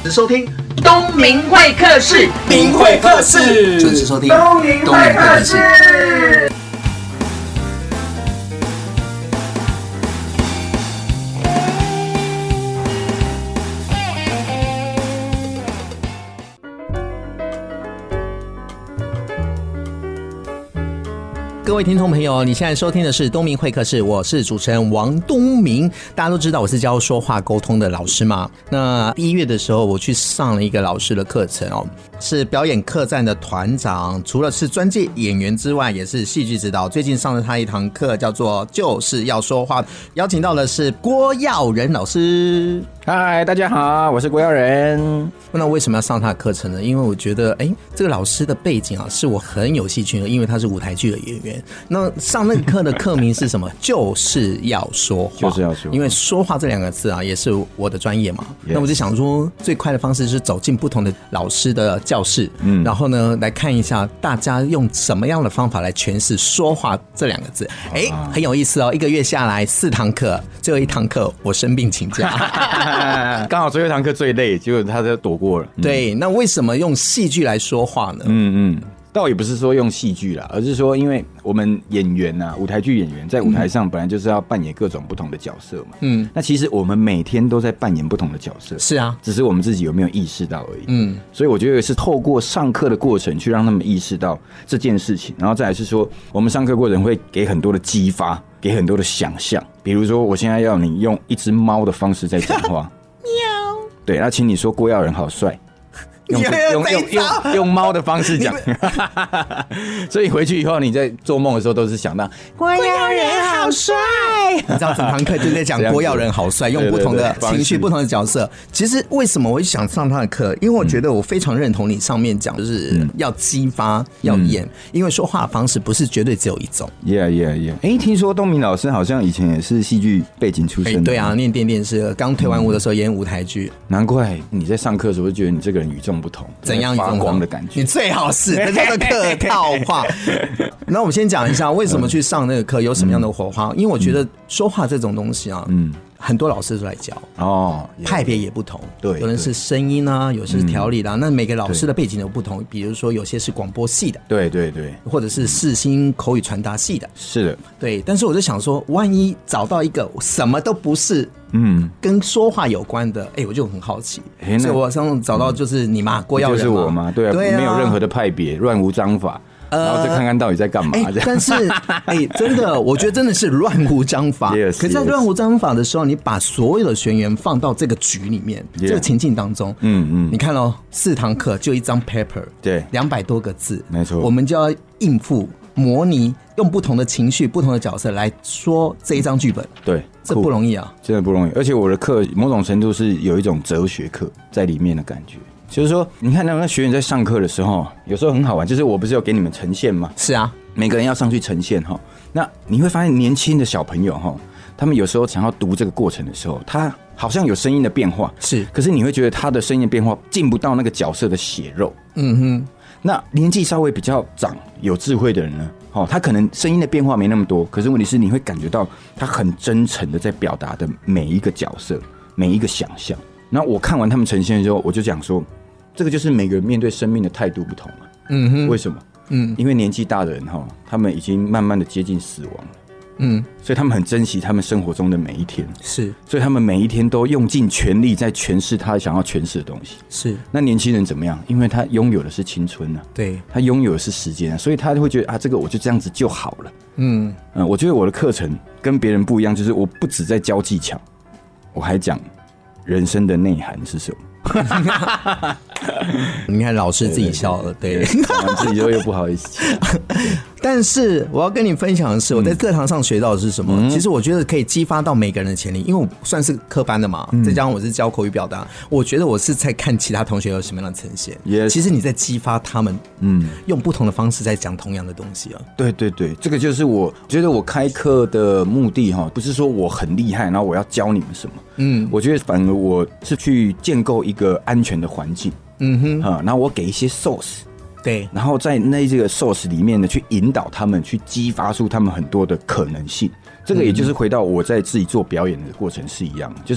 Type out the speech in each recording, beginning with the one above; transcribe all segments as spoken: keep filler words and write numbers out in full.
时收听东明会客室， 明会客室， 准时收听东明会客室。 各位听众朋友，你现在收听的是东明会客室，我是主持人王东明。大家都知道我是教说话沟通的老师嘛。那一月的时候，我去上了一个老师的课程哦，是表演客栈的团长，除了是专业演员之外，也是戏剧指导。最近上了他一堂课，叫做《就是要说话》，邀请到的是郭耀仁老师。 嗨，大家好，我是郭耀仁。 那为什么要上他的课程呢？因为我觉得，哎，这个老师的背景啊，是我很有兴趣的，因为他是舞台剧的演员。那上那个课的课名是什么？就是要说话， 就是要说话。 因为说话这两个字啊，也是我的专业嘛。Yes. 那我就想说，最快的方式是走进不同的老师的教室，嗯，然后呢，来看一下大家用什么样的方法来诠释说话这两个字。哎、啊，很有意思哦！一个月下来四堂课，最后一堂课我生病请假， 刚好最后一堂课最累，结果他就躲过了。 嗯、对，那为什么用戏剧来说话呢？ 嗯嗯。倒也不是说用戏剧啦，而是说，因为我们演员啊，舞台剧演员在舞台上本来就是要扮演各种不同的角色嘛。嗯，那其实我们每天都在扮演不同的角色。 是啊， 只是我们自己有没有意识到而已。嗯，所以我觉得是透过上课的过程去让他们意识到这件事情，然后再来是说，我们上课过程会给很多的激发，给很多的想象。比如说，我现在要你用一只猫的方式在讲话，喵。对，那请你说郭耀仁好帅。用用用用用猫的方式讲，所以回去以后你在做梦的时候都是想到郭耀仁好帅。你知道整堂课就在讲郭耀仁好帅，用不同的情绪、不同的角色。其实为什么我想上他的课？因为我觉得我非常认同你上面讲，就是要激发、要演，嗯、因为说话的方式不是绝对只有一种。 Yeah yeah yeah。哎，听说东明老师好像以前也是戏剧背景出身的。 对啊，念电电视，刚退完伍的时候演舞台剧。 难怪你在上课的时候就觉得你这个人与众不同， 怎样发光的感觉？ 你最好是这叫做客套话。那我们先讲一下为什么去上那个课，有什么样的火花？因为我觉得说话这种东西啊，嗯，很多老师都来教哦，派别也不同，对，有人是声音啊，有些是调理啦、啊嗯，那每个老师的背景都不同，比如说有些是广播系的，对对对，或者是视听口语传达系的，是的，对。但是我就想说，万一找到一个什么都不是。嗯，跟说话有关的，哎、欸，我就很好奇，欸、所以我上次找到就是你嘛，郭耀仁就是我嘛，对啊，对啊，没有任何的派别，乱无章法，呃、然后再看看到底在干嘛、欸。 但是，哎、欸，真的，我觉得真的是乱无章法。yes, 可是，在乱无章法的时候，你把所有的学员放到这个局里面， yeah. 这个情境当中，嗯嗯，你看哦，四堂课就一张 paper， 对，两百多个字，没错，我们就要应付。模拟用不同的情绪、不同的角色来说这一张剧本，对，这不容易啊， 真的不容易。而且我的课某种程度是有一种哲学课在里面的感觉，就是说，你看那那学员在上课的时候，有时候很好玩，就是我不是有给你们呈现吗？ 是啊， 每个人要上去呈现哈。那你会发现，年轻的小朋友哈，他们有时候想要读这个过程的时候，他好像有声音的变化，是，可是你会觉得他的声音的变化进不到那个角色的血肉，嗯哼。那年纪稍微比较长、有智慧的人呢，哦，他可能声音的变化没那么多，可是问题是你会感觉到他很真诚的在表达的每一个角色、每一个想象。然后我看完他们呈现的时候，我就讲说，这个就是每个人面对生命的态度不同了。嗯哼，为什么？嗯，因为年纪大的人哈，他们已经慢慢的接近死亡了。嗯，所以他们很珍惜他们生活中的每一天，是，所以他们每一天都用尽全力在诠释他想要诠释的东西。是，那年轻人怎么样？因为他拥有的是青春啊，对，他拥有的是时间啊，所以他会觉得啊，这个我就这样子就好了。嗯嗯，我觉得我的课程跟别人不一样，就是我不只在教技巧，我还讲人生的内涵是什么。 你看老师自己笑了，对， 讲完自己就又不好意思。 但是我要跟你分享的是，我在课堂上学到的是什么？嗯、其实我觉得可以激发到每个人的潜力，因为我算是科班的嘛，嗯、再加上我是教口语表达，我觉得我是在看其他同学有什么样的呈现。Yes. 其实你在激发他们，嗯，用不同的方式在讲同样的东西啊。 对对对，这个就是我觉得我开课的目的哈，不是说我很厉害，然后我要教你们什么。嗯，我觉得反而我是去建构一个安全的环境。嗯哼，啊，然后我给一些 source。对，然后在那这个 source 里面呢，去引导他们，去激发出他们很多的可能性。这个也就是回到我在自己做表演的过程是一样，就是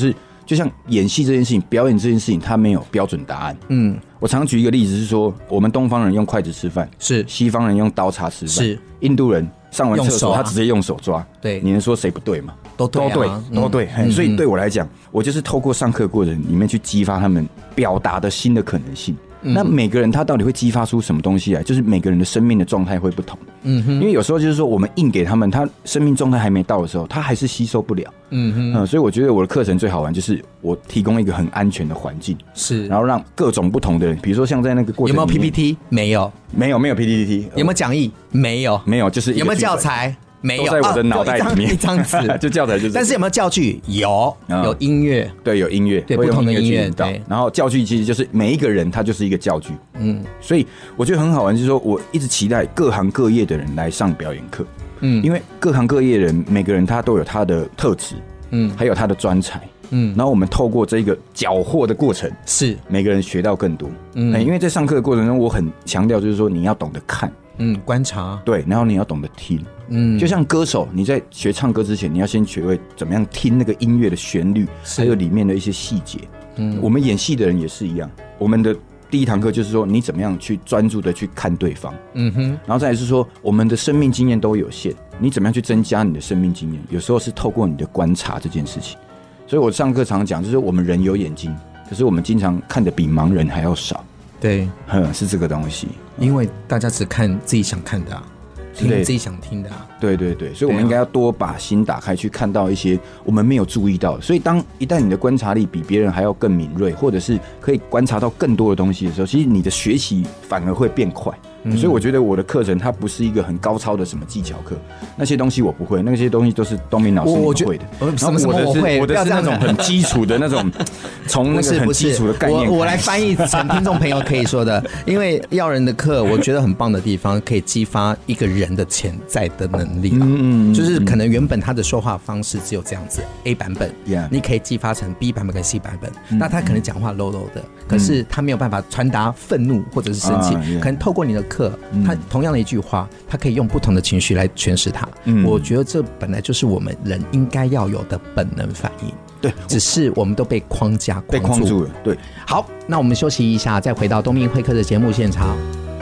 就像演戏这件事情，表演这件事情，它没有标准答案。嗯，我常举一个例子是说，我们东方人用筷子吃饭， 是西方人用刀叉吃饭， 是印度人上完厕所、啊、他直接用手抓。 对， 你能说谁不对吗？ 都对、啊， 都对，都对。嗯、所以对我来讲，我就是透过上课过程里面去激发他们表达的新的可能性。嗯、那每个人他到底会激发出什么东西来？就是每个人的生命的状态会不同。嗯哼，因为有时候就是说，我们硬给他们，他生命状态还没到的时候，他还是吸收不了。嗯哼，嗯，所以我觉得我的课程最好玩就是我提供一个很安全的环境， 是， 然后让各种不同的人，比如说像在那个过程有没有 P P T？ 没有， 没有，没有 P P T。 有没有讲义？没有， 没有，就是有没有教材？没有， 都在我的脑袋里面、 啊、一张纸就教材就是。 但是有没有教具？有，有音乐， 对，有音乐， 对，不同的音乐，对。 然后教具其实就是每一个人他就是一个教具，嗯，所以我觉得很好玩，就是说我一直期待各行各业的人来上表演课，嗯，因为各行各业的人每个人他都有他的特质，嗯，还有他的专才。嗯，然后我们透过这个缴获的过程， 是每个人学到更多。嗯，因为在上课的过程中，我很强调就是说你要懂得看， 嗯，观察， 对，然后你要懂得听，嗯，就像歌手，你在学唱歌之前，你要先学会怎么样听那个音乐的旋律，还有里面的一些细节。嗯，我们演戏的人也是一样，我们的第一堂课就是说你怎么样去专注的去看对方，嗯哼，然后再来是说我们的生命经验都有限，你怎么样去增加你的生命经验？有时候是透过你的观察这件事情。所以我上课常讲，就是我们人有眼睛，可是我们经常看得比盲人还要少。 对， 嗯，是这个东西， 因为大家只看自己想看的啊，听自己想听的啊。 对对对，所以我们应该要多把心打开，去看到一些我们没有注意到的。所以当一旦你的观察力比别人还要更敏锐，或者是可以观察到更多的东西的时候，其实你的学习反而会变快。嗯、所以我觉得我的课程它不是一个很高超的什么技巧课，那些东西我不会，那些东西都是东明老师你会的。 我什么什么我会， 我的是那种很基础的那种，从那个很基础的概念。 我我来翻译成听众朋友可以说的，因为耀仁的课，我觉得很棒的地方，可以激发一个人的潜在的能力、啊。嗯嗯，就是可能原本他的说话方式只有这样子 A 版本， yeah. 你可以激发成 B 版本跟 C 版本。嗯、那他可能讲话 low low 的，可是他没有办法传达愤怒或者是生气，嗯、可能透过你的课，他同样的一句话，他可以用不同的情绪来诠释它。嗯、我觉得这本来就是我们人应该要有的本能反应。 对， 只是我们都被框架框住， 被框住了。对， 好，那我们休息一下，再回到东明会客的节目现场。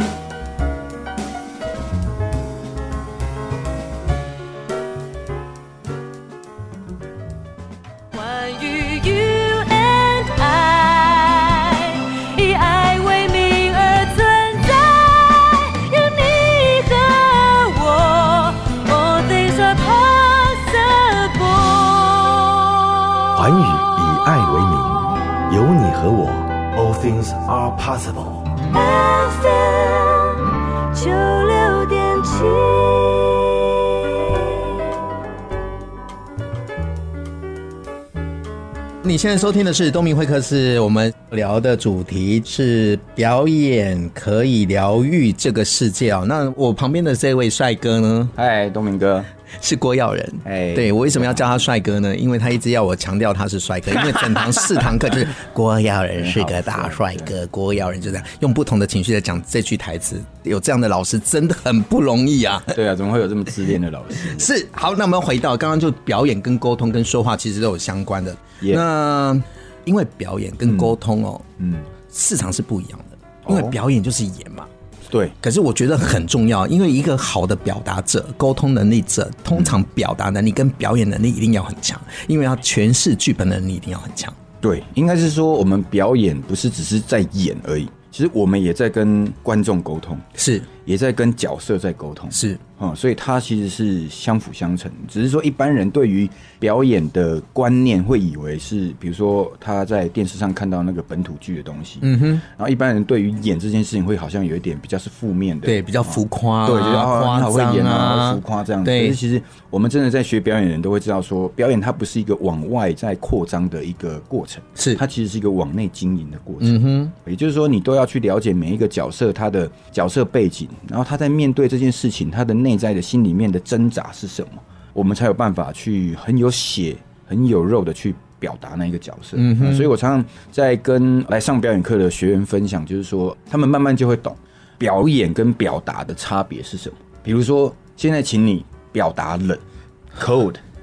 寰宇以爱为名，有你和我 ，All things are possible。F M 九六点七。 你现在收听的是东明会客室，我们聊的主题是表演可以疗愈这个世界哦。那我旁边的这位帅哥呢？ 嗨，东明哥。 是郭耀仁，哎，对，我为什么要叫他帅哥呢？因为他一直要我强调他是帅哥，因为整堂四堂课就是郭耀仁是个大帅哥，郭耀仁就这样用不同的情绪在讲这句台词。有这样的老师真的很不容易啊！ 对啊，怎么会有这么自恋的老师？ 是，好，那我们回到刚刚，就表演跟沟通跟说话其实都有相关的。Yeah. 那因为表演跟沟通哦，嗯，市场是不一样的，因为表演就是演嘛。 对， 可是我觉得很重要，因为一个好的表达者、沟通能力者，通常表达能力跟表演能力一定要很强，因为要诠释剧本能力一定要很强。 对，应该是说我们表演不是只是在演而已，其实我们也在跟观众沟通， 是也在跟角色在沟通， 是、 嗯、所以它其实是相辅相成。只是说一般人对于表演的观念会以为是，比如说他在电视上看到那个本土剧的东西，嗯哼，然后一般人对于演这件事情会好像有一点比较是负面的， 对，比较浮夸、啊， 对，就是夸张啊， 好会演啊，浮夸这样子。可是其实我们真的在学表演的人都会知道说，表演它不是一个往外在扩张的一个过程， 是它其实是一个往内经营的过程。嗯哼，也就是说你都要去了解每一个角色他的角色背景，然后他在面对这件事情他的内在的心里面的挣扎是什么，我们才有办法去很有血很有肉的去表达那一个角色。嗯哼，所以我常常在跟来上表演课的学员分享，就是说他们慢慢就会懂表演跟表达的差别是什么。比如说现在请你表达冷 cold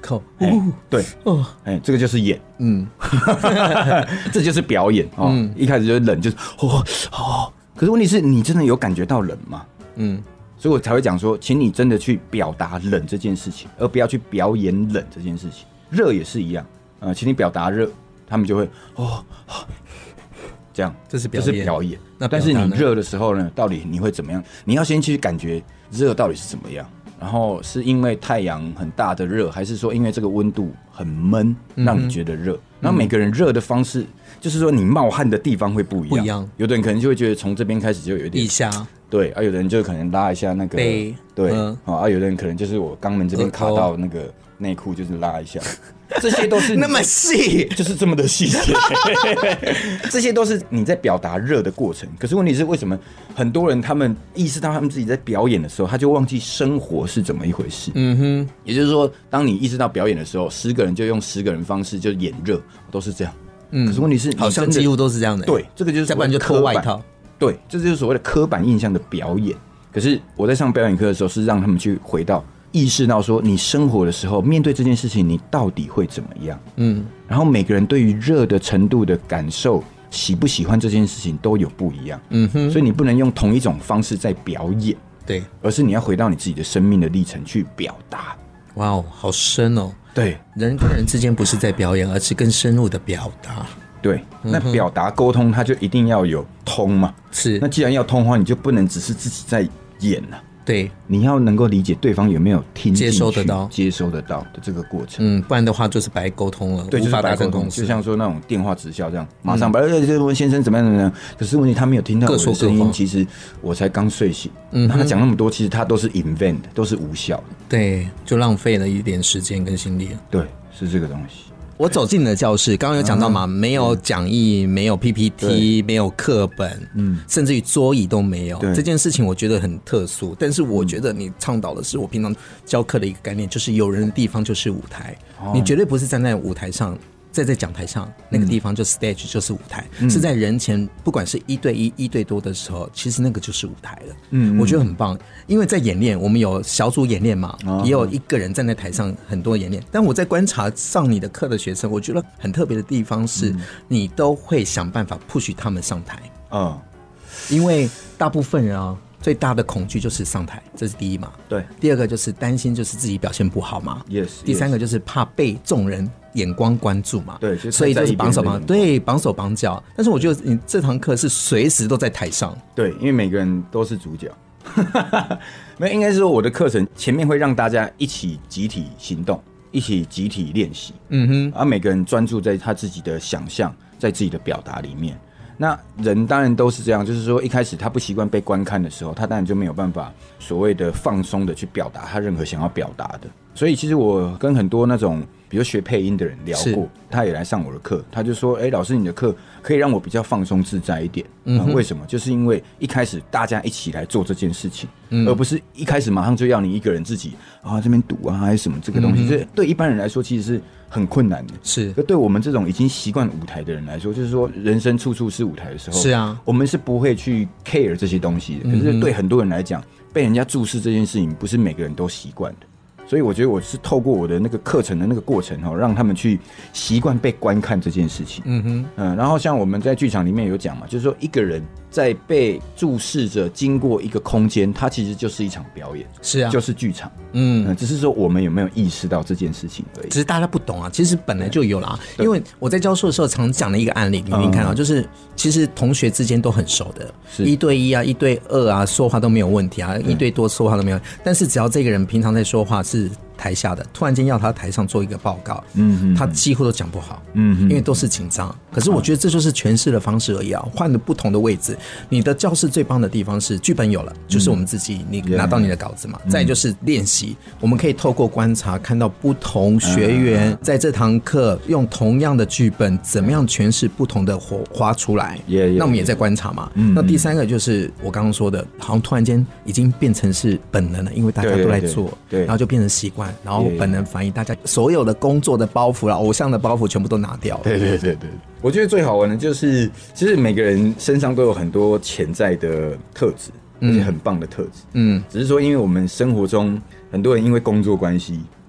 口， 哎，对，哦，哎，这个就是演，嗯，这就是表演哦。嗯、一开始就是冷，就是哦哦，可是问题是你真的有感觉到冷吗？嗯，所以我才会讲说，请你真的去表达冷这件事情，而不要去表演冷这件事情。热也是一样，呃，请你表达热，他们就会哦。哦这样， 这是表演， 这是表演。那但是你热的时候呢，到底你会怎么样？你要先去感觉热到底是怎么样，然后是因为太阳很大的热，还是说因为这个温度很闷，让你觉得热？嗯、然后每个人热的方式，就是说你冒汗的地方会不一样。不一样，有的人可能就会觉得从这边开始就有一点腋下， 对啊，有的人就可能拉一下那个背， 对、嗯、啊，有的人可能就是我肛门这边卡到那个内裤，就是拉一下。这些都是那么细， 就是这么的细节。这些都是你在表达热的过程。可是问题是，为什么很多人他们意识到他们自己在表演的时候，他就忘记生活是怎么一回事？嗯哼，也就是说，当你意识到表演的时候，十个人就用十个人方式就演热，都是这样。嗯，可是问题是， 好像几乎都是这样的。 对，这个就是再不然就脱外套。 对，这就是所谓的刻板印象的表演。可是我在上表演课的时候，是让他们去回到。意识到说，你生活的时候面对这件事情，你到底会怎么样？嗯，然后每个人对于热的程度的感受，喜不喜欢这件事情都有不一样。嗯哼，所以你不能用同一种方式在表演， 对， 而是你要回到你自己的生命的历程去表达。 哇哦，好深哦！ 对， 人跟人之间不是在表演，而是更深入的表达。 对，那表达沟通，它就一定要有通嘛。 是， 那既然要通的话，你就不能只是自己在演了。 对， 你要能够理解对方有没有听进去、 接收得到、 接收得到的这个过程。 嗯，不然的话就是白沟通了， 对，就是白沟通。就像说那种电话直销这样，马上把呃，这位先生怎么样怎么样。可是问题他没有听到我的声音，其实我才刚睡醒。嗯，他讲那么多，其实他都是 invent， 都是无效的。 对，就浪费了一点时间跟心力。 对，是这个东西。 我走进了教室，刚刚有讲到嘛，嗯、没有讲义，没有 P P T， 没有课本，嗯，甚至于桌椅都没有。这件事情我觉得很特殊，但是我觉得你倡导的是我平常教课的一个概念，就是有人的地方就是舞台，哦、你绝对不是站在舞台上。在在讲台上那个地方就 stage 就是舞台，嗯、是在人前，不管是一对一、一对多的时候，其实那个就是舞台了。嗯，我觉得很棒，因为在演练，我们有小组演练嘛，哦、也有一个人站在台上很多演练。但我在观察上你的课的学生，我觉得很特别的地方是，嗯、你都会想办法 push 他们上台。嗯，因为大部分人啊。最大的恐惧就是上台，这是第一嘛。 对。 第二个就是担心，就是自己表现不好嘛。 Yes。 第三个就是怕被众人眼光关注嘛。 对。 所以就是绑手绑对绑手绑脚。但是我觉得你这堂课是随时都在台上。 对，因为每个人都是主角。没有，应该是说我的课程前面会让大家一起集体行动，一起集体练习。嗯哼。而、啊、每个人专注在他自己的想象，在自己的表达里面。那人当然都是这样，就是说一开始他不习惯被观看的时候，他当然就没有办法所谓的放松的去表达他任何想要表达的。所以其实我跟很多那种比如学配音的人聊过，他也来上我的课，他就说：“哎、欸，老师，你的课可以让我比较放松自在一点。嗯呃”为什么？就是因为一开始大家一起来做这件事情，嗯、而不是一开始马上就要你一个人自己啊这边读啊还是什么这个东西。这、嗯、对一般人来说其实是很困难的。 是， 可对我们这种已经习惯舞台的人来说，就是说人生处处是舞台的时候， 是啊， 我们是不会去 care 这些东西的。可是对很多人来讲，被人家注视这件事情，不是每个人都习惯的。所以我觉得我是透过我的那个课程的那个过程哈，让他们去习惯被观看这件事情。嗯哼，嗯，然后像我们在剧场里面有讲嘛，就是说一个人在被注视着经过一个空间，它其实就是一场表演， 是啊， 就是剧场。嗯，只是说我们有没有意识到这件事情而已。 只是大家不懂啊，其实本来就有啦。因为我在教授的时候常讲的一个案例，你你看到、嗯、就是其实同学之间都很熟的，一对一啊、一对二啊，说话都没有问题啊，一对多说话都没有。但是只要这个人平常在说话是台下的，突然间要他台上做一个报告，嗯，他几乎都讲不好，嗯，因为都是紧张。可是我觉得这就是诠释的方式而已啊，换了不同的位置。你的教室最棒的地方是剧本有了，就是我们自己，你拿到你的稿子嘛，再就是练习，我们可以透过观察看到不同学员在这堂课用同样的剧本怎么样诠释不同的火花出来，那我们也在观察嘛。那第三个就是我刚刚说的，好像突然间已经变成是本能了，因为大家都在做，对，然后就变成习惯。然后本能反应，大家所有的工作的包袱啦、偶像的包袱全部都拿掉了。 对对对对，我觉得最好玩的就是，其实每个人身上都有很多潜在的特质，而且很棒的特质。嗯，只是说因为我们生活中很多人因为工作关系，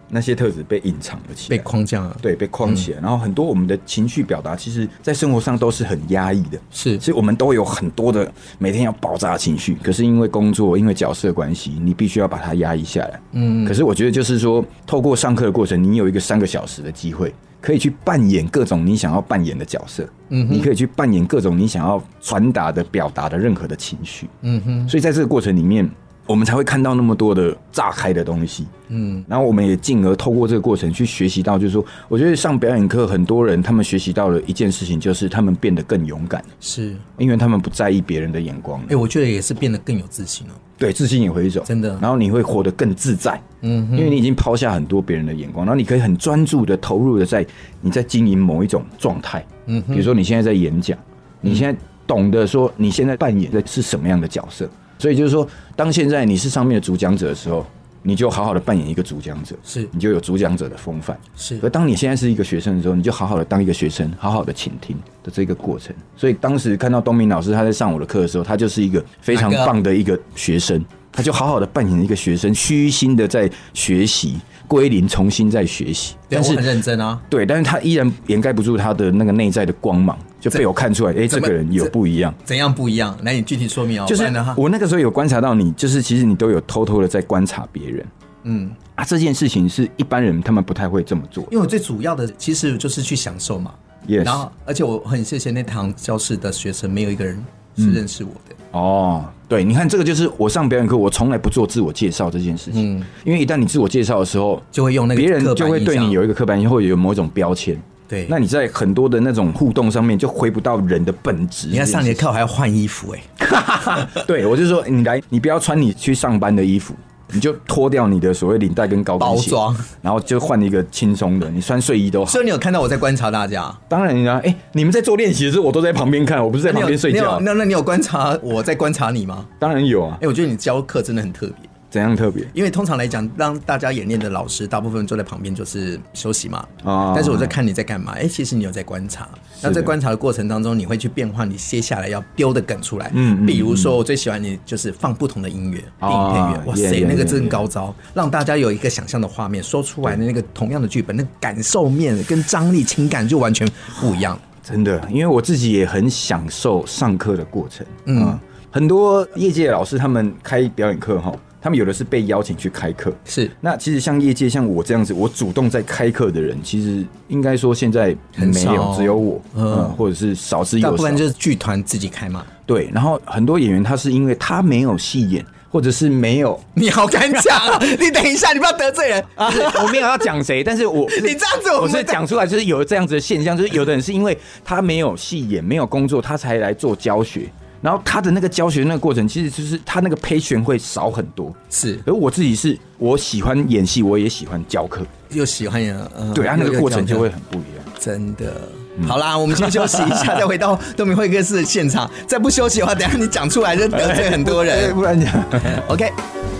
那些特质被隐藏了起来，被框架了， 对，被框起来、嗯。然后很多我们的情绪表达，其实在生活上都是很压抑的。 是， 其实我们都有很多的每天要爆炸的情绪，可是因为工作、因为角色关系，你必须要把它压抑下来。嗯，可是我觉得就是说，透过上课的过程，你有一个三个小时的机会，可以去扮演各种你想要扮演的角色。嗯，你可以去扮演各种你想要传达的、表达的任何的情绪。嗯哼，所以在这个过程里面，我们才会看到那么多的炸开的东西，嗯，然后我们也进而透过这个过程去学习到，就是说，我觉得上表演课，很多人他们学习到了一件事情，就是他们变得更勇敢， 是因为他们不在意别人的眼光。 哎、欸，我觉得也是变得更有自信了。 对，自信也回走， 真的。 然后你会活得更自在，嗯，因为你已经抛下很多别人的眼光，然后你可以很专注的投入的在你在经营某一种状态，嗯，比如说你现在在演讲，你现在懂得说你现在扮演的是什么样的角色。所以就是说，当现在你是上面的主讲者的时候，你就好好的扮演一个主讲者， 是， 你就有主讲者的风范， 是。 而当你现在是一个学生的时候，你就好好的当一个学生，好好的倾听的这个过程。所以当时看到东明老师他在上我的课的时候，他就是一个非常棒的一个学生，他就好好的扮演一个学生，虚心的在学习。归零，重新再学习， 但是我很认真啊。 对，但是他依然掩盖不住他的那个内在的光芒，就被我看出来，哎、欸，这个人有不一样。 怎样不一样？来，你具体说明哦。 就是我那个时候有观察到你，就是其实你都有偷偷的在观察别人。嗯啊，这件事情是一般人他们不太会这么做， 因为我最主要的其实就是去享受嘛。 Yes. 然后，而且我很谢谢那堂教室的学生，没有一个人是认识我的。 嗯、哦。对，你看这个就是我上表演课，我从来不做自我介绍这件事情，嗯，因为一旦你自我介绍的时候， 就会用那个别人就会对你有一个刻板印象，或者有某种标签， 对， 那你在很多的那种互动上面就回不到人的本质。 你看上节课还要换衣服哎、 欸，对，我就说你来，你不要穿你去上班的衣服。你就脱掉你的所谓领带跟高跟鞋， 包装， 然后就换一个轻松的，你穿睡衣都好。 所以你有看到我在观察大家？ 当然啊，哎、欸，你们在做练习的时候，我都在旁边看，我不是在旁边睡觉。 那那你有观察我在观察你吗？ 当然有啊。 哎、欸，我觉得你教课真的很特别。 怎样特别？ 因为通常来讲，让大家演练的老师，大部分坐在旁边就是休息嘛。哦。但是我在看你在干嘛？哎、欸，其实你有在观察。那在观察的过程当中，你会去变换你接下来要丢的梗出来。嗯。比如说，我最喜欢你就是放不同的音乐，电影配乐。哇塞， yeah, yeah, 那个真高招， yeah, yeah, yeah. 让大家有一个想象的画面，说出来的那个同样的剧本，那个感受面跟张力、情感就完全不一样。 真的，因为我自己也很享受上课的过程。嗯。嗯很多业界的老师他们开表演课哈。他们有的是被邀请去开课， 是那其实像业界像我这样子，我主动在开课的人，其实应该说现在没有，只有我，嗯，嗯或者是少之又少。 大部分就是剧团自己开嘛。 对，然后很多演员他是因为他没有戏演，或者是没有。 你好敢讲啊！你等一下，你不要得罪人啊！ 我没有要讲谁，但是我你这样子我， 我是讲出来，就是有这样子的现象，就是有的人是因为他没有戏演，没有工作，他才来做教学。然后他的那个教学那个过程，其实就是他那个培训会少很多。 是， 而我自己是我喜欢演戏，我也喜欢教课， 又喜欢演，嗯、 对啊，那个过程就会很不一样。 真的，嗯、好啦，我们先休息一下，再回到东明会客室的现场。再不休息的话，等一下你讲出来就得罪很多人， 不然讲 OK。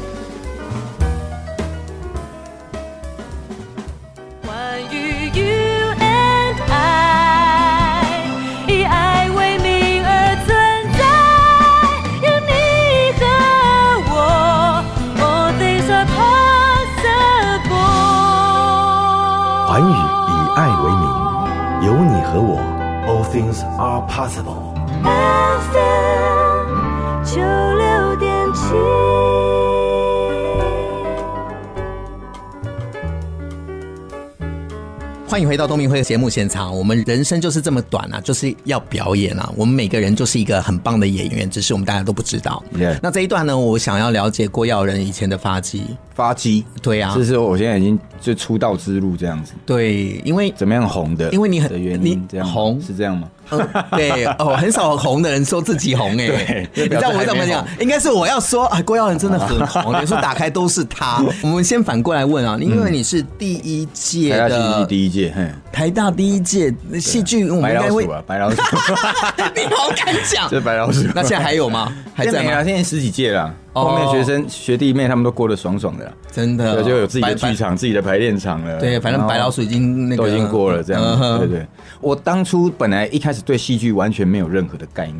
环宇以爱为名，有你和我 ，All things are possible。F M 九六点七。 欢迎回到东明会的节目现场。我们人生就是这么短啊，就是要表演啊。我们每个人就是一个很棒的演员，只是我们大家都不知道。Yeah. 那这一段呢，我想要了解郭耀仁以前的发迹。 发迹， 对啊， 就是我现在已经就出道之路这样子。 对，因为怎么样红的？ 因为你很的原因，这样红是这样吗？ 嗯、对哦，很少红的人说自己红哎、欸，你知道我怎么讲？应该是我要说啊，郭耀仁真的很红，有时候打开都是他。我们先反过来问啊，因为你是第一届的， 台大戏剧第一届， 台大第一届戏剧，我们应该会白老鼠啊，白老鼠， 你好敢讲， 这白老鼠。 那现在还有吗？还在吗？ 现在十几届了。后面学生、学弟妹他们都过得爽爽的啦， 真的， 就有自己的剧场、自己的排练场了。 对，反正白老鼠已经那个都已经过了，这样。嗯、对对，我当初本来一开始对戏剧完全没有任何的概念，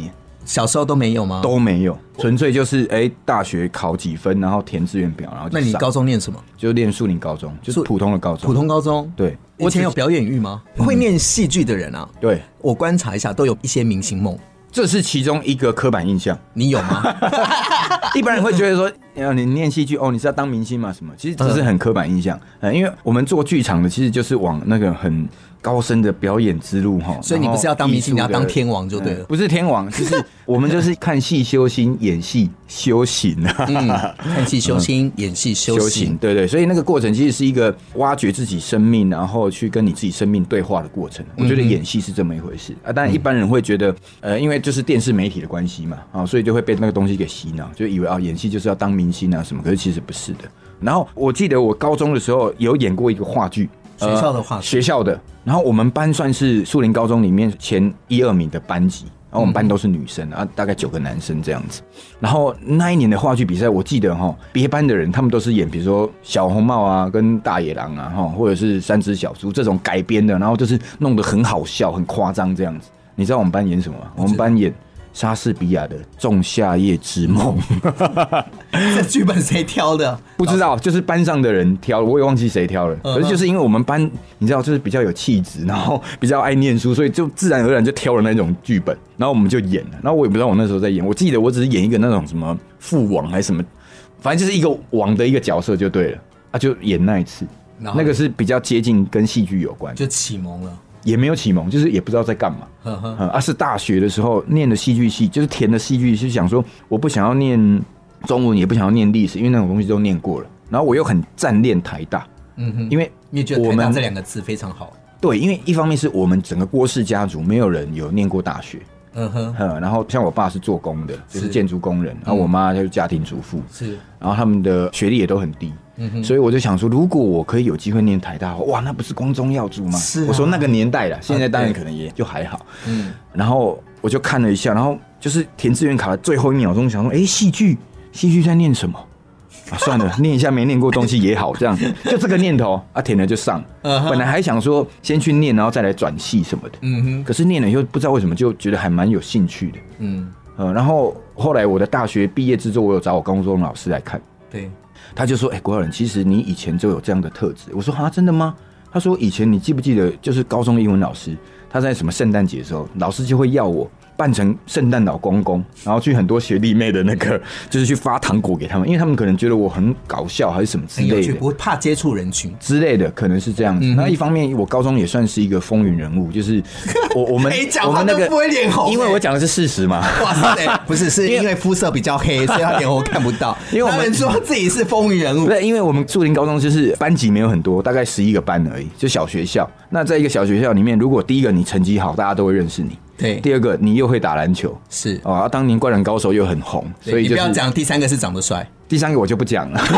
小时候都没有吗？ 都没有，纯粹就是哎、欸，大学考几分，然后填志愿表，然后就上。 那你高中念什么？ 就念树林高中，就是普通的高中。 普通高中， 对。 以前有表演欲吗？嗯、会念戏剧的人啊， 对， 我观察一下，都有一些明星梦。 这是其中一个刻板印象， 你有吗？ 一般人会觉得说，你念戏剧哦，你是要当明星吗？什么？其实这是很刻板印象，嗯、因为我们做剧场的，其实就是往那个很高深的表演之路哈。 所以你不是要当明星，你要当天王就对了。 嗯、不是天王，就是我们就是看戏修心，演戏修行啊。 嗯，看戏修心，嗯、演戏修行，修行对对。所以那个过程其实是一个挖掘自己生命，然后去跟你自己生命对话的过程。我觉得演戏是这么一回事啊。当然一般人会觉得，呃，因为就是电视媒体的关系嘛，啊，所以就会被那个东西给洗脑，就以为啊，演戏就是要当明星啊什么。可是其实不是的。然后我记得我高中的时候有演过一个话剧， 学校的话剧， 呃、学校的。然后我们班算是树林高中里面前一二名的班级，然后我们班都是女生，然后大概九个男生这样子。然后那一年的话剧比赛，我记得哈，别班的人他们都是演比如说小红帽啊、跟大野狼啊，哈，或者是三只小猪这种改编的，然后就是弄得很好笑、很夸张这样子。你知道我们班演什么吗？我们班演莎士比亚的《仲夏夜之梦》。 这剧本谁挑的？ 不知道，就是班上的人挑，我也忘记谁挑了。可是就是因为我们班，你知道，就是比较有气质，然后比较爱念书，所以就自然而然就挑了那种剧本，然后我们就演了。然后我也不知道我那时候在演，我记得我只是演一个那种什么父王还是什么，反正就是一个王的一个角色就对了。啊，就演那一次，那个是比较接近跟戏剧有关， 就启蒙了。 也没有启蒙，就是也不知道在干嘛。呵呵嗯、啊，是大学的时候念的戏剧系，就是填的戏剧系，就想说我不想要念中文，也不想要念历史，因为那种东西都念过了。然后我又很赞恋台大，嗯哼，因为你觉得台大这两个字非常好。 对，因为一方面是我们整个郭氏家族没有人有念过大学。嗯哼，然后像我爸是做工的，就是建筑工人，然后我妈就是家庭主妇，是，然后他们的学历也都很低，嗯哼，所以我就想说，如果我可以有机会念台大，哇，那不是光宗耀祖吗？是、啊，我说那个年代啦，现在当然可能也就还好，嗯，然后我就看了一下，然后就是填志愿卡的最后一秒钟，想说，哎，戏剧，戏剧在念什么？啊，算了，念一下没念过东西也好，这样就这个念头啊，填了就上。Uh-huh. 本来还想说先去念，然后再来转系什么的。嗯哼。可是念了以后，不知道为什么就觉得还蛮有兴趣的。嗯。呃，然后后来我的大学毕业之后，我有找我高中老师来看。 对。 他就说：“哎、欸，国小人，其实你以前就有这样的特质。”我说：“啊，真的吗？”他说：“以前你记不记得，就是高中的英文老师，他在什么圣诞节的时候，老师就会要我扮成圣诞老公公，然后去很多学弟妹的那个，就是去发糖果给他们，因为他们可能觉得我很搞笑还是什么之类的， 不会怕接触人群之类的，可能是这样子。嗯、那一方面，我高中也算是一个风云人物，就是我我们我们那个不会脸红， 因为我讲的是事实嘛。 哇塞，不是是因为肤色比较黑，所以他脸红看不到。因为我们说自己是风云人物， 对，因为我们树林高中就是班级没有很多，大概十一个班而已，就小学校。那在一个小学校里面，如果第一个你成绩好，大家都会认识你。 对， 第二个你又会打篮球， 是哦，啊、当年灌篮高手又很红，所以、就是、 你不要讲第三个是长得帅， 第三个我就不讲了。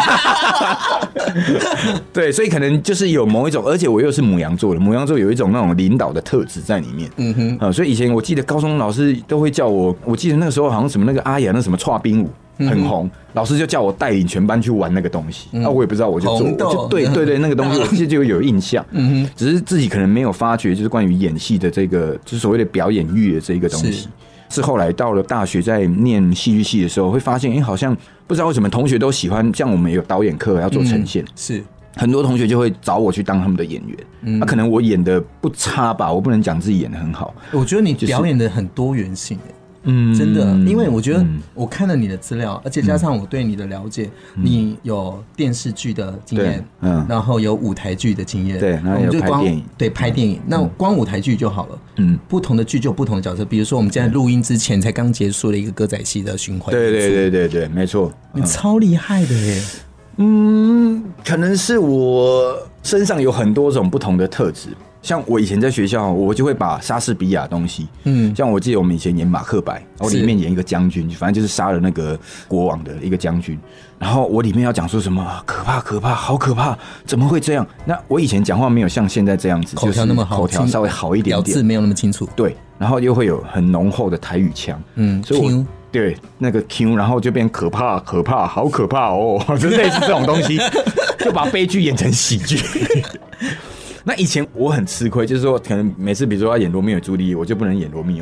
对，所以可能就是有某一种，而且我又是牡羊座的，牡羊座有一种那种领导的特质在里面。嗯哼，啊、呃，所以以前我记得高中老师都会叫我，我记得那个时候好像什么那个阿雅那什么跨冰舞。很红，嗯、老师就叫我带领全班去玩那个东西，那、嗯啊、我也不知道，我就做，我就对对对，那个东西我其实就有印象，嗯哼，只是自己可能没有发觉，就是关于演戏的这个，就是所谓的表演欲的这个东西，是, 是后来到了大学在念戏剧系的时候，会发现，哎、欸，好像不知道为什么同学都喜欢，像我们有导演课要做呈现，嗯、 是很多同学就会找我去当他们的演员，嗯，那、啊、可能我演的不差吧，我不能讲自己演的很好， 我觉得你表演的很多元性、欸。嗯，真的，因为我觉得我看了你的资料，而且加上我对你的了解，嗯、你有电视剧的经验，嗯，然后有舞台剧的经验， 对，然后有拍电影， 对，拍电影，嗯、那光舞台剧就好了，嗯，不同的剧就有不同的角色，比如说我们现在录音之前才刚结束了一个歌仔戏的巡回， 对对对对对，没错， 你超厉害的耶， 嗯，可能是我身上有很多种不同的特质。像我以前在学校，我就会把莎士比亚的东西，嗯，像我记得我们以前演马克白，我里面演一个将军，反正就是杀了那个国王的一个将军，然后我里面要讲说什么可怕可怕，好可怕，怎么会这样？那我以前讲话没有像现在这样子， 口条那么好， 口条稍微好一点点， 咬字没有那么清楚， 对，然后又会有很浓厚的台语腔，嗯，所以我对那个 Q， 然后就变可怕可怕，好可怕哦，就类似这种东西，就把悲剧演成喜剧。那以前我很吃亏，就是说可能每次比如说要演罗密欧与朱丽叶，我就不能演罗密欧，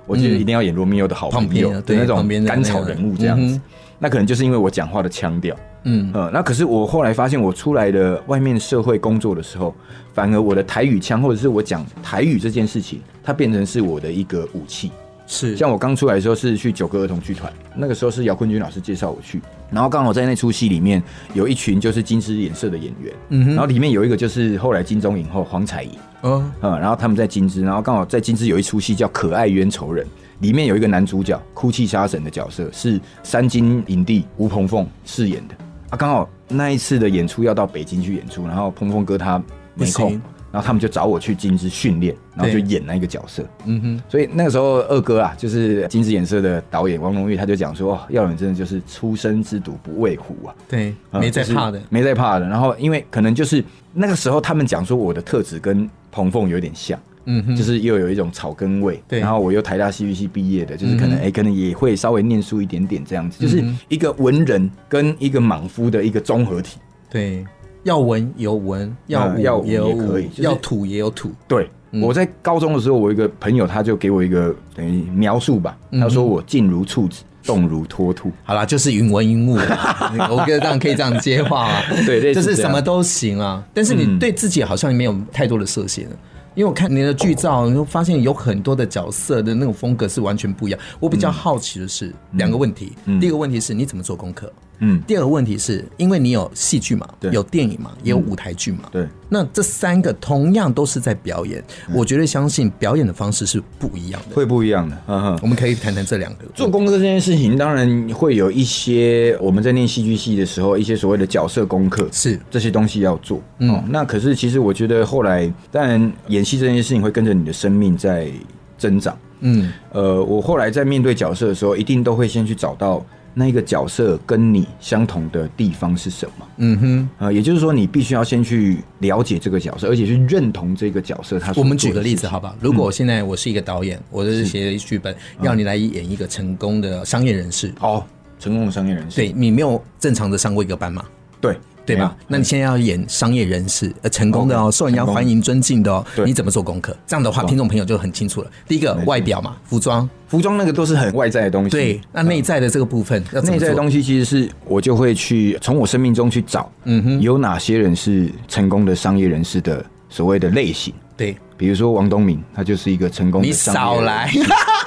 我觉得一定要演罗密欧的好朋友的那种甘草人物这样子。那可能就是因为我讲话的腔调，嗯呃，那可是我后来发现，我出来的外面社会工作的时候，反而我的台语腔或者是我讲台语这件事情，它变成是我的一个武器。 是， 像我刚出来的时候是去九歌儿童剧团，那个时候是姚坤君老师介绍我去，然后刚好在那出戏里面有一群就是金枝演社的演员，嗯，然后里面有一个就是后来金钟影后黄彩怡，哦，嗯，然后他们在金枝，然后刚好在金枝有一出戏叫《可爱冤仇人》。里面有一个男主角哭泣杀神的角色是三金影帝吴鹏凤饰演的啊，刚好那一次的演出要到北京去演出，然后鹏凤哥他没空，然后他们就找我去金枝训练，然后就演那一个角色。嗯哼，所以那个时候二哥啊，就是金枝演社的导演王荣玉，他就讲说，耀仁真的就是初生之犊不畏虎啊， 对，没在怕的， 就是、没在怕的。然后因为可能就是那个时候他们讲说我的特质跟鹏凤有点像。嗯哼，就是又有一种草根味，对，然后我又台大戏剧系毕业的，就是可能哎、嗯欸，可能也会稍微念书一点点这样子，就是一个文人跟一个莽夫的一个综合体。 对，要文有文，要武也有武，就是、要土也有土。 对、嗯，我在高中的时候，我一个朋友他就给我一个等于描述吧，他说我静如处子。动如脱兔， 好啦，就是云文云武，我觉得这样可以这样接话啊， 对， 就是什么都行啊。但是你对自己好像没有太多的设限了。嗯，因为我看你的剧照，你会发现有很多的角色的那种风格是完全不一样。我比较好奇的是两个问题，嗯、第一个问题是你怎么做功课？嗯，第二个问题是因为你有戏剧嘛，有电影嘛，也有舞台剧嘛， 对。 那这三个同样都是在表演，嗯、我绝对相信表演的方式是不一样的， 会不一样的。呵呵， 我们可以谈谈这两个。 做功课这件事情，当然会有一些我们在念戏剧系的时候，一些所谓的角色功课，是这些东西要做。嗯，哦、那可是其实我觉得后来，当然演戏这件事情会跟着你的生命在增长。嗯，呃，我后来在面对角色的时候，一定都会先去找到那一个角色跟你相同的地方是什么。嗯哼，呃，也就是说，你必须要先去了解这个角色，而且去认同这个角色他所做的事情。 我们举个例子好不好？如果我现在我是一个导演，嗯、我就是写了剧本，要你来演一个成功的商业人士。 哦，成功的商业人士。 对，你没有正常的上过一个班吗？ 对。 对吧？那你现在要演商业人士，呃，成功的哦，受人家欢迎、尊敬的哦，你怎么做功课？这样的话，听众朋友就很清楚了。第一个，外表嘛，服装， 服装那个都是很外在的东西。 对，那内在的这个部分，要怎么做？ 内在的东西其实是我就会去从我生命中去找，嗯哼，有哪些人是成功的商业人士的所谓的类型。 对， 比如说王东明，他就是一个成功的商业人士。 你少来。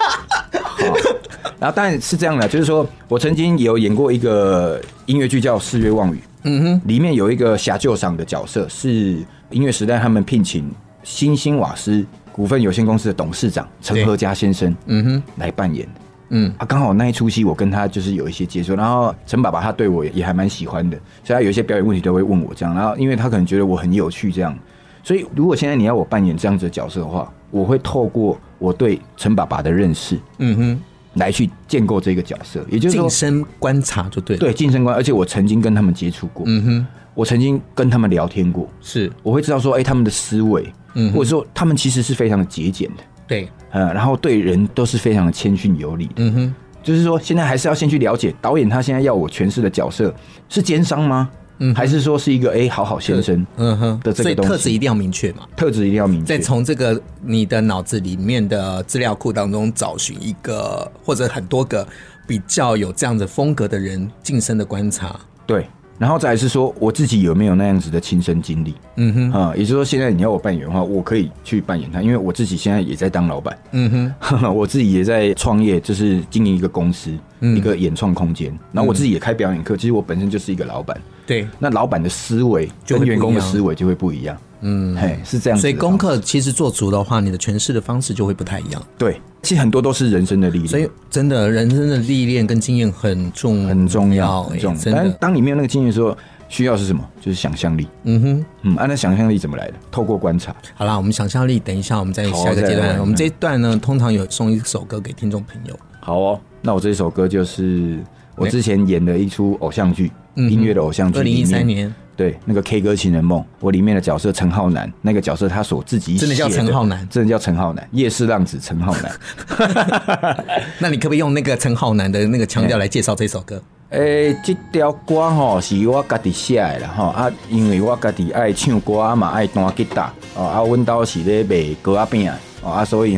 然后当然是这样的，就是说我曾经有演过一个音乐剧叫《四月望雨》，嗯哼，里面有一个侠救赏的角色，是音乐时代他们聘请新兴瓦斯股份有限公司的董事长陈和嘉先生，嗯哼，来扮演的。嗯啊，刚好那一出戏我跟他就是有一些接触，然后陈爸爸他对我也还蛮喜欢的，所以他有一些表演问题都会问我这样，然后因为他可能觉得我很有趣这样，所以如果现在你要我扮演这样子的角色的话，我会透过我对陈爸爸的认识，嗯哼，来去建构这个角色，也就是说近身观察就对了， 对，近身观，而且我曾经跟他们接触过，嗯哼，我曾经跟他们聊天过， 是， 我会知道说，哎、欸，他们的思维，嗯，或者说他们其实是非常的节俭的， 对， 呃，然后对人都是非常的谦逊有礼的，嗯哼，就是说现在还是要先去了解导演他现在要我诠释的角色是奸商吗？嗯，还是说是一个哎、欸、好好先生嗯哼的这个东西， 所以特质一定要明确嘛， 特质一定要明确， 再从这个你的脑子里面的资料库当中找寻一个或者很多个比较有这样的风格的人近身的观察， 对，然后再来是说我自己有没有那样子的亲身经历，嗯哼，啊、嗯，也就是说现在你要我扮演的话，我可以去扮演他，因为我自己现在也在当老板，嗯哼，我自己也在创业，就是经营一个公司，嗯、一个演创空间，然后我自己也开表演课，其实我本身就是一个老板。对，那老板的思维跟员工的思维就会不一样，嗯，嘿，是这样子。 所以功课其实做足的话，你的诠释的方式就会不太一样。 对，其实很多都是人生的历练， 所以真的人生的历练跟经验很重很重要，很重要。 真的， 但当你没有那个经验的时候，需要是什么？就是想象力。嗯哼，嗯，啊，那想象力怎么来的？透过观察。 好啦，我们想象力，等一下我们在下一个阶段，我们这一段呢，通常有送一首歌给听众朋友。 好哦，那我这一首歌就是我之前演的一出偶像剧。音乐的偶像剧， 二零一三年， 对，那个 K 歌情人梦，我里面的角色陈浩南，那个角色他所自己写的， 真的叫陈浩南， 真的叫陈浩南，夜市浪子陈浩南。 那你可不可以用那个陈浩南的那个腔调来介绍这首歌？ 诶、欸，这条歌吼是我家己写的啦吼啊，因为我家己爱唱歌啊嘛，爱弹吉他哦啊，阮兜是咧卖糕仔饼哦啊，所以吼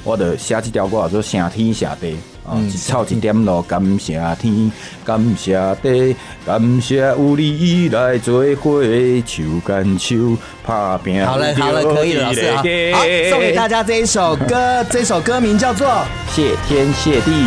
我就写这条歌说谢天谢地啊，一草一点路，感谢天，感谢地，感谢有你来做伙，手牵手打拼。 好了好了，可以了，老师好，好，送给大家这一首歌，这首歌名叫做《 谢天谢地》。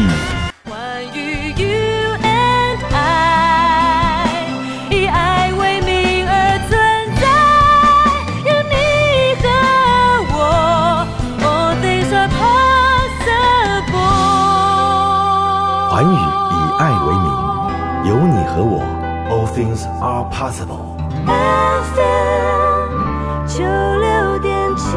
环宇以爱为名，有你和我 ，All things are possible。F M 九六点七。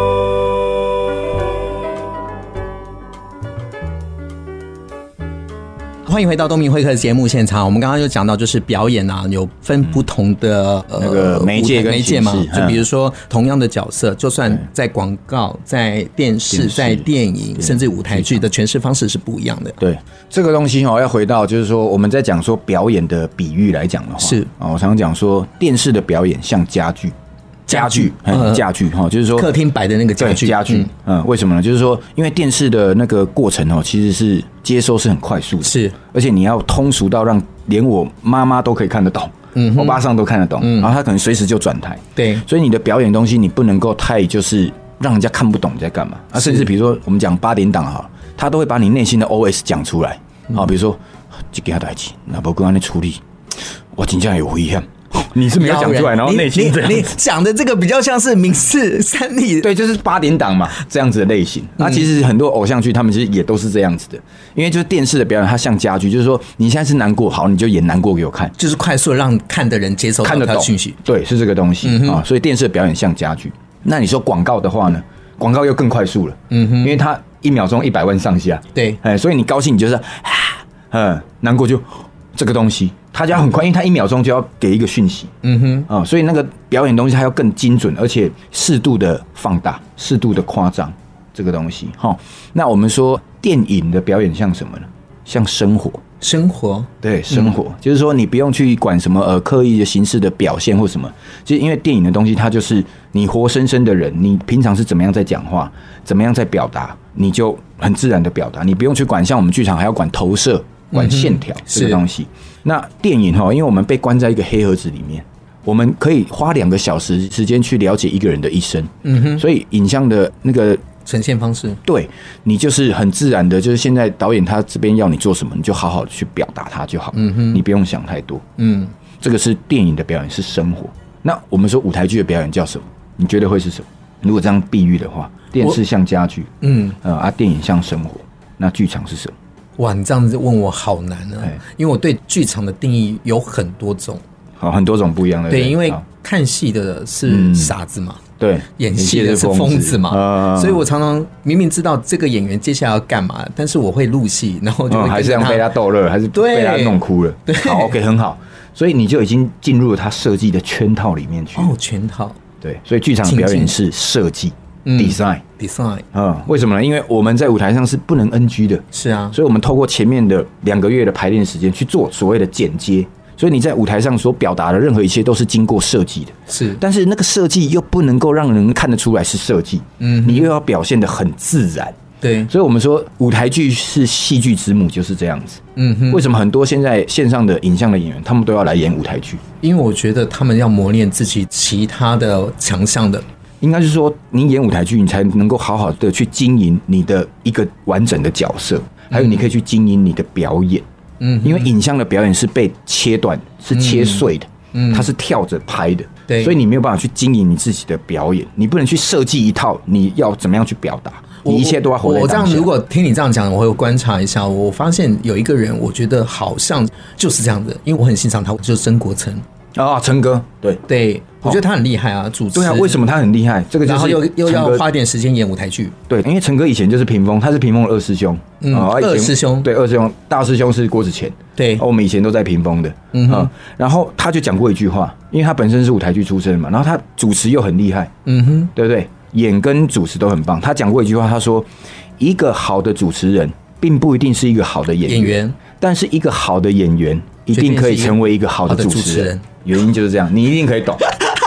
欢迎回到东明会客的节目现场。我们刚刚有讲到，就是表演啊，有分不同的、 嗯、呃那个媒介跟媒介嘛。 嗯、 就比如说同样的角色，就算在广告、在电视、电视在电影，甚至舞台剧的诠释方式是不一样的。 对这个东西哦，要回到就是说我们在讲说表演的比喻来讲的话， 是啊，我常常讲说电视的表演像家具。家具，嗯，家具哈，就是说客厅摆的那个家具， 家具，嗯，嗯，为什么呢？就是说，因为电视的那个过程哦，其实是接收是很快速的， 是， 而且你要通俗到让连我妈妈都可以看得懂，嗯，我爸上都看得懂，嗯，然后他可能随时就转台，对，所以你的表演东西你不能够太就是让人家看不懂你在干嘛啊，甚至比如说我们讲八点档哈，他都会把你内心的 O S 讲出来，啊、嗯，比如说这件代志，那不跟安尼处理，我真正有危险。你是没有讲出来，然后内心这样你讲的这个比较像是民视三立， 对，就是八点档嘛，这样子的类型。那、嗯啊、其实很多偶像剧他们其实也都是这样子的，因为就是电视的表演，它像家具，就是说你现在是难过，好，你就演难过给我看， 就是快速让看的人接受到它的讯息。 对，是这个东西、嗯、啊。所以电视的表演像家具。那你说广告的话呢？广告又更快速了，嗯哼，因为它一秒钟一百万上下， 对， 哎，所以你高兴你就是啊，嗯，难过就这个东西。他就要很快，因为他一秒钟就要给一个讯息，嗯哼，啊、哦，所以那个表演东西还要更精准，而且适度的放大，适度的夸张这个东西，哈、哦。那我们说电影的表演像什么呢？像生活， 生活， 对，生活，嗯、就是说你不用去管什么呃刻意的形式的表现或什么，其实因为电影的东西，它就是你活生生的人，你平常是怎么样在讲话，怎么样在表达，你就很自然的表达，你不用去管，像我们剧场还要管投射。管线条、嗯、这个东西，那电影哈，因为我们被关在一个黑盒子里面，我们可以花两个小时时间去了解一个人的一生，嗯哼，所以影像的那个呈现方式， 对你就是很自然的，就是现在导演他这边要你做什么，你就好好的去表达它就好，嗯哼，你不用想太多，嗯，这个是电影的表演，是生活。那我们说舞台剧的表演叫什么？你觉得会是什么？如果这样比喻的话，电视像家具，嗯，呃啊，电影像生活，那剧场是什么？ 哇，你这样子问我好难啊！因为我对剧场的定义有很多种， 好，很多种不一样的。 对，因为看戏的是傻子嘛，嗯、 对， 演戏的是疯子嘛，嗯、所以我常常明明知道这个演员接下来要干嘛，但是我会入戏，然后就会、嗯、 还是这样被他逗乐，还是被他弄哭了。对，好 ，OK， 很好，所以你就已经进入了他设计的圈套里面去。 哦，圈套。 对，所以剧场的表演是设计。design design 嗯，为什么呢？因为我们在舞台上是不能 N G 的， 是啊， 所以我们透过前面的两个月的排练时间去做所谓的剪接，所以你在舞台上所表达的任何一切都是经过设计的， 是， 但是那个设计又不能够让人看得出来是设计，嗯，你又要表现得很自然， 对， 所以我们说舞台剧是戏剧之母，就是这样子。嗯哼，为什么很多现在线上的影像的演员，他们都要来演舞台剧？ 因为我觉得他们要磨练自己其他的强项的。 应该是说，你演舞台剧，你才能够好好的去经营你的一个完整的角色，还有你可以去经营你的表演。嗯，因为影像的表演是被切断、是切碎的，嗯，它是跳着拍的，对，所以你没有办法去经营你自己的表演，你不能去设计一套你要怎么样去表达，你一切都要活在当下。 我这样如果听你这样讲，我会观察一下，我发现有一个人，我觉得好像就是这样的，因为我很欣赏他，就是曾国城。 啊，陈哥，对对，我觉得他很厉害啊，主持。 对啊，为什么他很厉害？这个就是然后又又要花点时间演舞台剧。 对，因为陈哥以前就是屏风，他是屏风的二师兄。嗯， 哦、二师兄对，二师兄，大师兄是郭子乾。 对、 哦，我们以前都在屏风的。嗯哼、嗯，然后他就讲过一句话，因为他本身是舞台剧出身嘛，然后他主持又很厉害。嗯哼，对不对？演跟主持都很棒。他讲过一句话，他说：“一个好的主持人，并不一定是一个好的演员，演员但是一个好的演员一定可以成为一个好的主持人。”原因就是这样，你一定可以懂。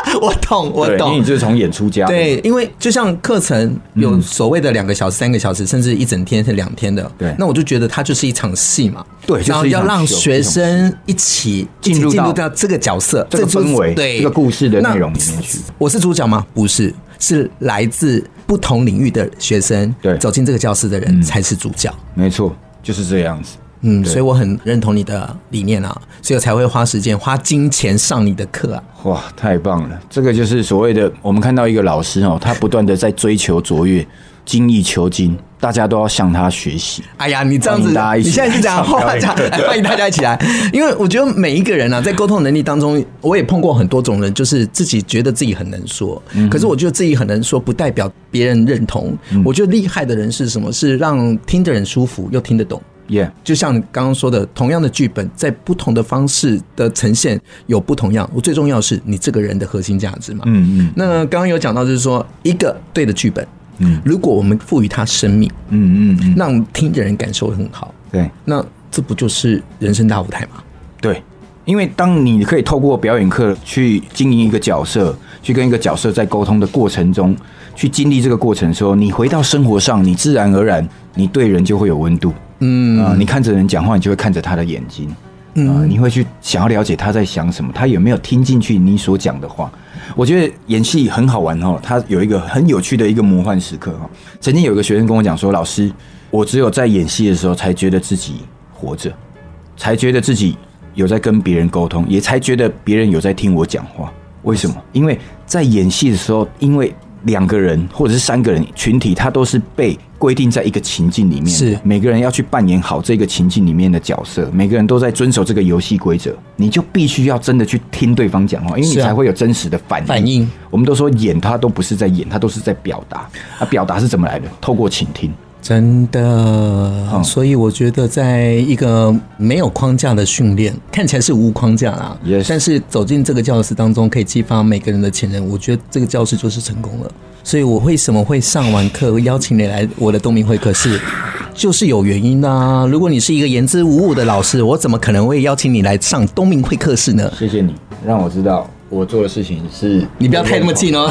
我懂，我懂， 因为你就是从演出家。 对，因为就像课程有所谓的两个小时、三个小时，甚至一整天是两天的。对，那我就觉得它就是一场戏嘛。 对， 然后要让学生一起进入到这个角色、 这个氛围、这个故事的内容里面去。 我是主角吗？不是，是来自不同领域的学生，对，走进这个教室的人才是主角。 没错，就是这样子。 嗯，所以我很认同你的理念啊，所以我才会花时间花金钱上你的课啊。 哇，太棒了！这个就是所谓的我们看到一个老师哦，他不断的在追求卓越，精益求精，大家都要向他学习。 哎呀，你这样子，你现在是这样欢迎大家一起来，因为我觉得每一个人啊，在沟通能力当中，我也碰过很多种人，就是自己觉得自己很能说，嗯、可是我觉得自己很能说，不代表别人认同。嗯、我觉得厉害的人是什么？是让听的人舒服又听得懂。 Yeah. 就像刚刚说的，同样的剧本在不同的方式的呈现有不同样，我最重要的是你这个人的核心价值嘛。嗯嗯。那刚刚有讲到就是说，一个对的剧本，嗯，如果我们赋予它生命，嗯嗯嗯，让听的人感受很好，对，那这不就是人生大舞台吗？ 对，因为当你可以透过表演课去经营一个角色，去跟一个角色在沟通的过程中，去经历这个过程的时候，你回到生活上，你自然而然，你对人就会有温度。嗯啊、呃，你看着人讲话，你就会看着他的眼睛，啊、呃，你会去想要了解他在想什么，他有没有听进去你所讲的话。我觉得演戏很好玩哦，他有一个很有趣的一个魔幻时刻哦。曾经有一个学生跟我讲说，老师，我只有在演戏的时候才觉得自己活着，才觉得自己有在跟别人沟通，也才觉得别人有在听我讲话。为什么？因为在演戏的时候，因为两个人或者是三个人群体，他都是被规定在一个情境里面，是每个人要去扮演好这个情境里面的角色，每个人都在遵守这个游戏规则，你就必须要真的去听对方讲话，因为你才会有真实的反应。反应，我们都说演，他都不是在演，他都是在表达。那表达是怎么来的？透过倾听。 真的、嗯，所以我觉得在一个没有框架的训练，看起来是无框架啦， yes. 但是走进这个教室当中，可以激发每个人的潜能，我觉得这个教室就是成功了。所以我为什么会上完课邀请你来我的东明会客室，就是有原因啊。如果你是一个言之无物的老师，我怎么可能会邀请你来上东明会客室呢？ 谢谢你让我知道我做的事情是， 你不要太那么近哦。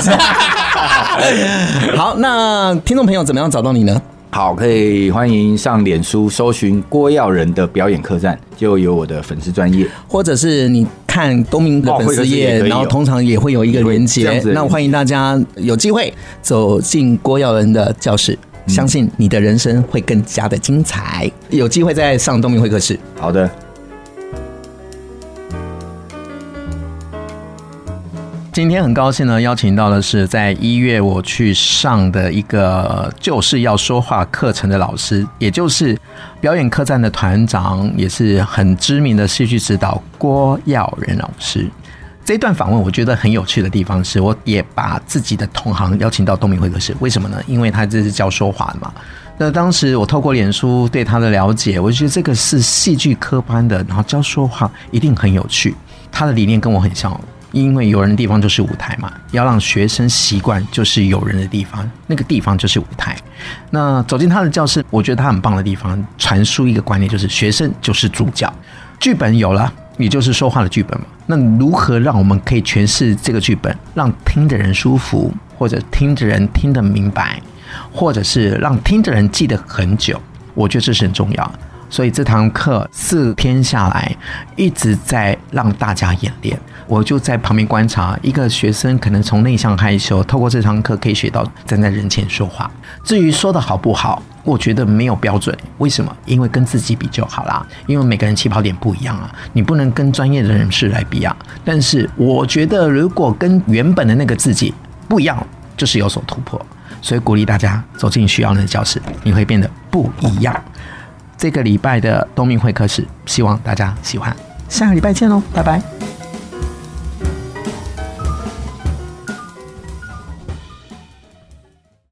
好，那听众朋友怎么样找到你呢？ 好，可以欢迎上脸书搜寻郭耀仁的表演客栈，就有我的粉丝专页， 或者是你看东明的粉丝页、哦，然后通常也会有一个连结。那欢迎大家有机会走进郭耀仁的教室，嗯、相信你的人生会更加的精彩。有机会再上东明会客室。 好的。 今天很高兴呢，邀请到的是在一月我去上的一个就是要说话课程的老师，也就是表演客栈的团长，也是很知名的戏剧指导郭耀仁老师。这一段访问我觉得很有趣的地方是，我也把自己的同行邀请到东明会客室，为什么呢？因为他这是教说话的嘛。那当时我透过脸书对他的了解，我就觉得这个是戏剧科班的，然后教说话一定很有趣。他的理念跟我很像。因为有人的地方就是舞台嘛，要让学生习惯就是有人的地方，那个地方就是舞台。那走进他的教室，我觉得他很棒的地方，传输一个观念，就是学生就是主角，剧本有了，也就是说话的剧本嘛。那如何让我们可以诠释这个剧本，让听的人舒服，或者听的人听得明白，或者是让听的人记得很久，我觉得这是很重要的。所以这堂课四天下来一直在让大家演练，我就在旁边观察一个学生可能从内向害羞，透过这堂课可以学到站在人前说话。至于说的好不好，我觉得没有标准。为什么？因为跟自己比就好啦，因为每个人起跑点不一样啊，你不能跟专业的人士来比啊。但是我觉得如果跟原本的那个自己不一样，就是有所突破。所以鼓励大家走进需要人的教室，你会变得不一样。这个礼拜的东明会客室，希望大家喜欢。下个礼拜见喽，拜拜。